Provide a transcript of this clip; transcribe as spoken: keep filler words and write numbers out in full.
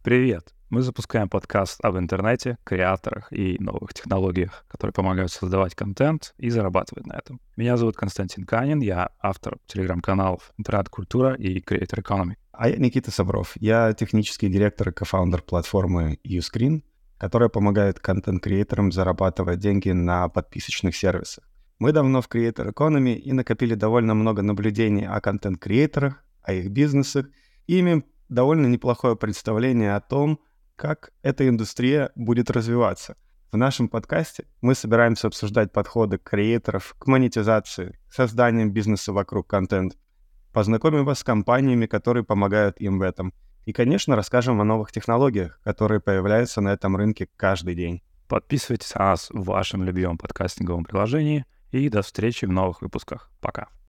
Привет! Мы запускаем подкаст об интернете, креаторах и новых технологиях, которые помогают создавать контент и зарабатывать на этом. Меня зовут Константин Канин, я автор телеграм-каналов «Интернет-культура» и «Creator Economy». А я Никита Сабров. Я технический директор и кофаундер платформы YouScreen, которая помогает контент-креаторам зарабатывать деньги на подписочных сервисах. Мы давно в Creator Economy и накопили довольно много наблюдений о контент-креаторах, о их бизнесах, и имеем довольно неплохое представление о том, как эта индустрия будет развиваться. В нашем подкасте мы собираемся обсуждать подходы креаторов к монетизации, к созданию бизнеса вокруг контента. Познакомим вас с компаниями, которые помогают им в этом. И, конечно, расскажем о новых технологиях, которые появляются на этом рынке каждый день. Подписывайтесь на нас в вашем любимом подкастинговом приложении и до встречи в новых выпусках. Пока!